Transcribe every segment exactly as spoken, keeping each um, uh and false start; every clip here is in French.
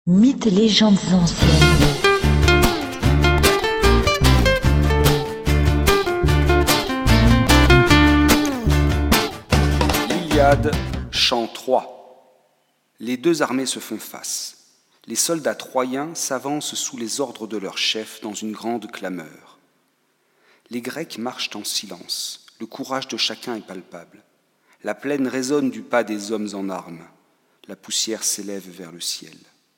Mythes et légendes anciennes. L'Iliade, chant trois. Les deux armées se font face. Les soldats troyens s'avancent sous les ordres de leur chef dans une grande clameur. Les Grecs marchent en silence. Le courage de chacun est palpable. La plaine résonne du pas des hommes en armes. La poussière s'élève vers le ciel.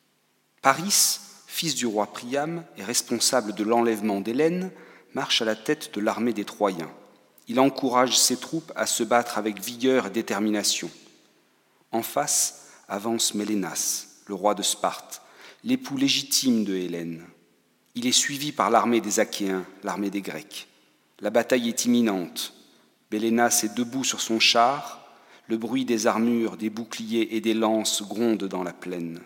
Paris, fils du roi Priam et responsable de l'enlèvement d'Hélène, marche à la tête de l'armée des Troyens. Il encourage ses troupes à se battre avec vigueur et détermination. En face avance Mélénas, le roi de Sparte, l'époux légitime de Hélène. Il est suivi par l'armée des Achéens, l'armée des Grecs. La bataille est imminente. Mélénas est debout sur son char. Le bruit des armures, des boucliers et des lances gronde dans la plaine.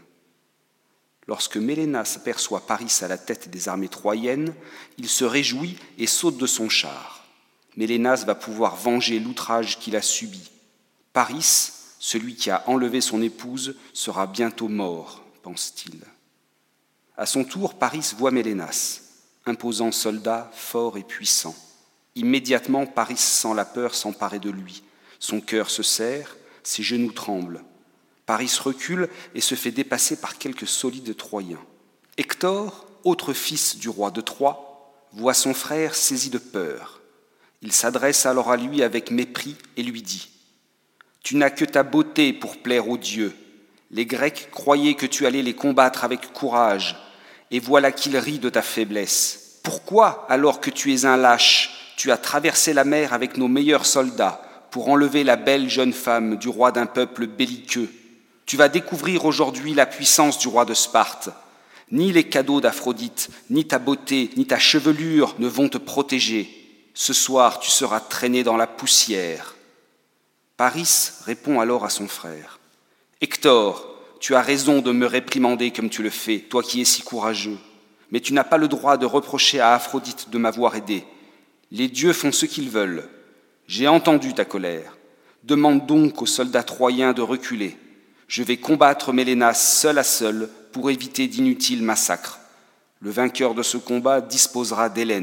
Lorsque Mélénas aperçoit Paris à la tête des armées troyennes, il se réjouit et saute de son char. Mélénas va pouvoir venger l'outrage qu'il a subi. Paris, celui qui a enlevé son épouse, sera bientôt mort, pense-t-il. À son tour, Paris voit Mélénas, imposant soldat, fort et puissant. Immédiatement, Paris sent la peur s'emparer de lui. Son cœur se serre, ses genoux tremblent. Paris recule et se fait dépasser par quelques solides Troyens. Hector, autre fils du roi de Troie, voit son frère saisi de peur. Il s'adresse alors à lui avec mépris et lui dit « Tu n'as que ta beauté pour plaire aux dieux. Les Grecs croyaient que tu allais les combattre avec courage, et voilà qu'ils rient de ta faiblesse. Pourquoi, alors que tu es un lâche, tu as traversé la mer avec nos meilleurs soldats pour enlever la belle jeune femme du roi d'un peuple belliqueux? Tu vas découvrir aujourd'hui la puissance du roi de Sparte. Ni les cadeaux d'Aphrodite, ni ta beauté, ni ta chevelure ne vont te protéger. Ce soir, tu seras traîné dans la poussière. » Paris répond alors à son frère. « Hector, tu as raison de me réprimander comme tu le fais, toi qui es si courageux. Mais tu n'as pas le droit de reprocher à Aphrodite de m'avoir aidé. Les dieux font ce qu'ils veulent. J'ai entendu ta colère. Demande donc aux soldats troyens de reculer. Je vais combattre Mélénas seul à seul pour éviter d'inutiles massacres. Le vainqueur de ce combat disposera d'Hélène. »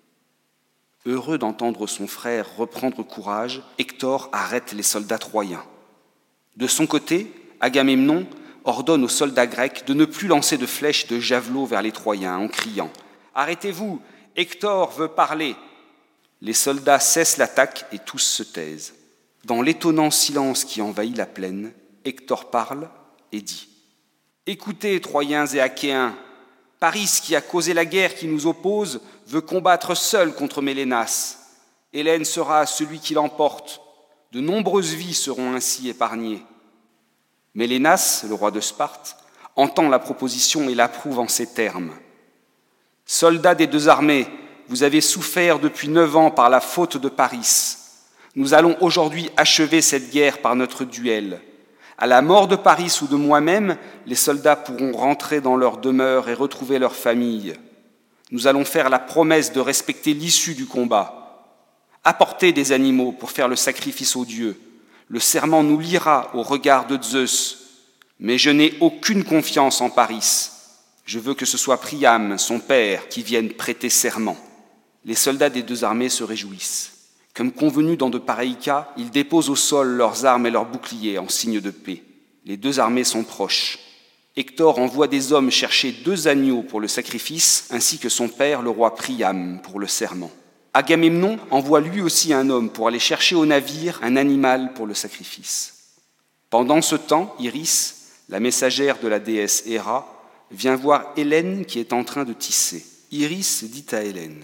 Heureux d'entendre son frère reprendre courage, Hector arrête les soldats troyens. De son côté, Agamemnon ordonne aux soldats grecs de ne plus lancer de flèches et de javelots vers les Troyens en criant « Arrêtez-vous, Hector veut parler !» Les soldats cessent l'attaque et tous se taisent. Dans l'étonnant silence qui envahit la plaine, Hector parle et dit « Écoutez, Troyens et Achéens, Paris, qui a causé la guerre qui nous oppose, veut combattre seul contre Mélénas. Hélène sera celui qui l'emporte. De nombreuses vies seront ainsi épargnées. » Mélénas, le roi de Sparte, entend la proposition et l'approuve en ces termes. « Soldats des deux armées, vous avez souffert depuis neuf ans par la faute de Paris. Nous allons aujourd'hui achever cette guerre par notre duel. À la mort de Paris ou de moi-même, les soldats pourront rentrer dans leur demeure et retrouver leur famille. Nous allons faire la promesse de respecter l'issue du combat. Apportez des animaux pour faire le sacrifice aux dieux. Le serment nous liera au regard de Zeus. Mais je n'ai aucune confiance en Paris. Je veux que ce soit Priam, son père, qui vienne prêter serment. » Les soldats des deux armées se réjouissent. Comme convenu dans de pareils cas, ils déposent au sol leurs armes et leurs boucliers en signe de paix. Les deux armées sont proches. Hector envoie des hommes chercher deux agneaux pour le sacrifice, ainsi que son père, le roi Priam, pour le serment. Agamemnon envoie lui aussi un homme pour aller chercher au navire un animal pour le sacrifice. Pendant ce temps, Iris, la messagère de la déesse Héra, vient voir Hélène qui est en train de tisser. Iris dit à Hélène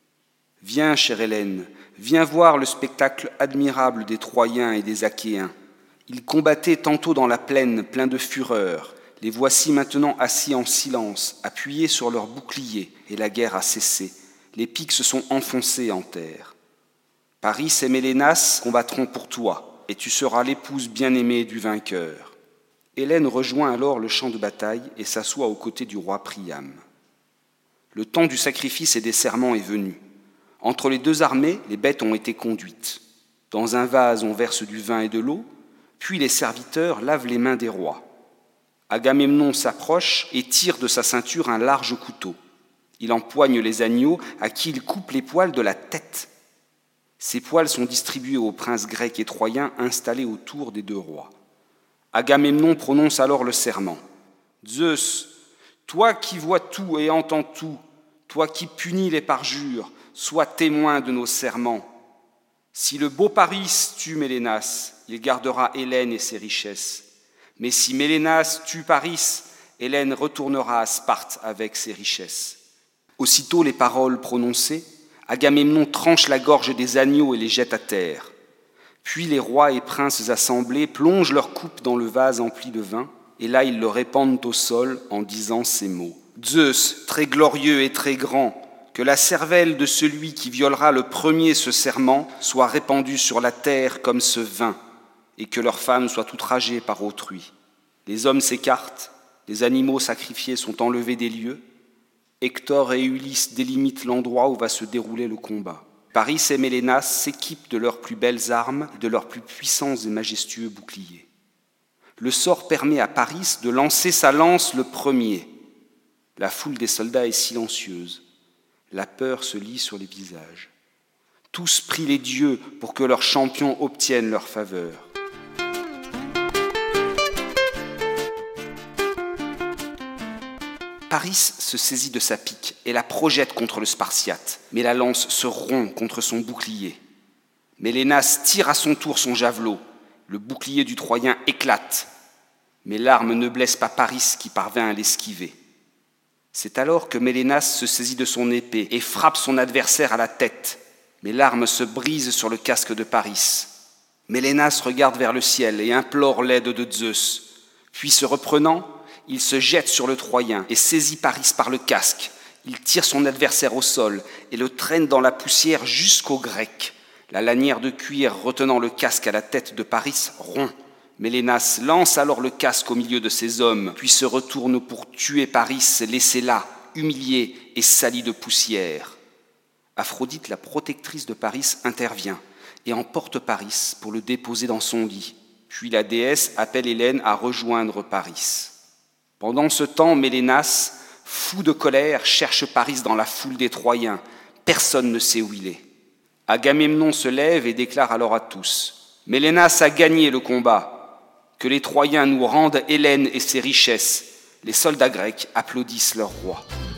« Viens, chère Hélène, viens voir le spectacle admirable des Troyens et des Achéens. Ils combattaient tantôt dans la plaine, pleins de fureur. Les voici maintenant assis en silence, appuyés sur leurs boucliers, et la guerre a cessé. Les pics se sont enfoncés en terre. Paris et Mélénas combattront pour toi, et tu seras l'épouse bien-aimée du vainqueur. » Hélène rejoint alors le champ de bataille et s'assoit aux côtés du roi Priam. Le temps du sacrifice et des serments est venu. Entre les deux armées, les bêtes ont été conduites. Dans un vase, on verse du vin et de l'eau, puis les serviteurs lavent les mains des rois. Agamemnon s'approche et tire de sa ceinture un large couteau. Il empoigne les agneaux à qui il coupe les poils de la tête. Ces poils sont distribués aux princes grecs et troyens installés autour des deux rois. Agamemnon prononce alors le serment. « Zeus, toi qui vois tout et entends tout, toi qui punis les parjures, sois témoin de nos serments. Si le beau Paris tue Mélénas, il gardera Hélène et ses richesses. Mais si Mélénas tue Paris, Hélène retournera à Sparte avec ses richesses. » Aussitôt les paroles prononcées, Agamemnon tranche la gorge des agneaux et les jette à terre. Puis les rois et princes assemblés plongent leur coupe dans le vase empli de vin, et là ils le répandent au sol en disant ces mots. « Zeus, très glorieux et très grand, que la cervelle de celui qui violera le premier ce serment soit répandue sur la terre comme ce vin, et que leurs femmes soient outragées par autrui. Les hommes s'écartent, les animaux sacrifiés sont enlevés des lieux, Hector et Ulysse délimitent l'endroit où va se dérouler le combat. Paris et Mélénas s'équipent de leurs plus belles armes et de leurs plus puissants et majestueux boucliers. Le sort permet à Paris de lancer sa lance le premier. La foule des soldats est silencieuse. La peur se lit sur les visages. Tous prient les dieux pour que leur champion obtienne leur faveur. Paris se saisit de sa pique et la projette contre le Spartiate, mais la lance se rompt contre son bouclier. Mélénas tire à son tour son javelot, le bouclier du Troyen éclate, mais l'arme ne blesse pas Paris qui parvint à l'esquiver. C'est alors que Mélénas se saisit de son épée et frappe son adversaire à la tête, mais l'arme se brise sur le casque de Paris. Mélénas regarde vers le ciel et implore l'aide de Zeus, puis se reprenant, il se jette sur le Troyen et saisit Paris par le casque. Il tire son adversaire au sol et le traîne dans la poussière jusqu'au Grec. La lanière de cuir retenant le casque à la tête de Paris rompt. Mélénas lance alors le casque au milieu de ses hommes, puis se retourne pour tuer Paris, laissé là, humilié et sali de poussière. Aphrodite, la protectrice de Paris, intervient et emporte Paris pour le déposer dans son lit. Puis la déesse appelle Hélène à rejoindre Paris. Pendant ce temps, Mélénas, fou de colère, cherche Paris dans la foule des Troyens. Personne ne sait où il est. Agamemnon se lève et déclare alors à tous « Mélénas a gagné le combat. Que les Troyens nous rendent Hélène et ses richesses. » Les soldats grecs applaudissent leur roi.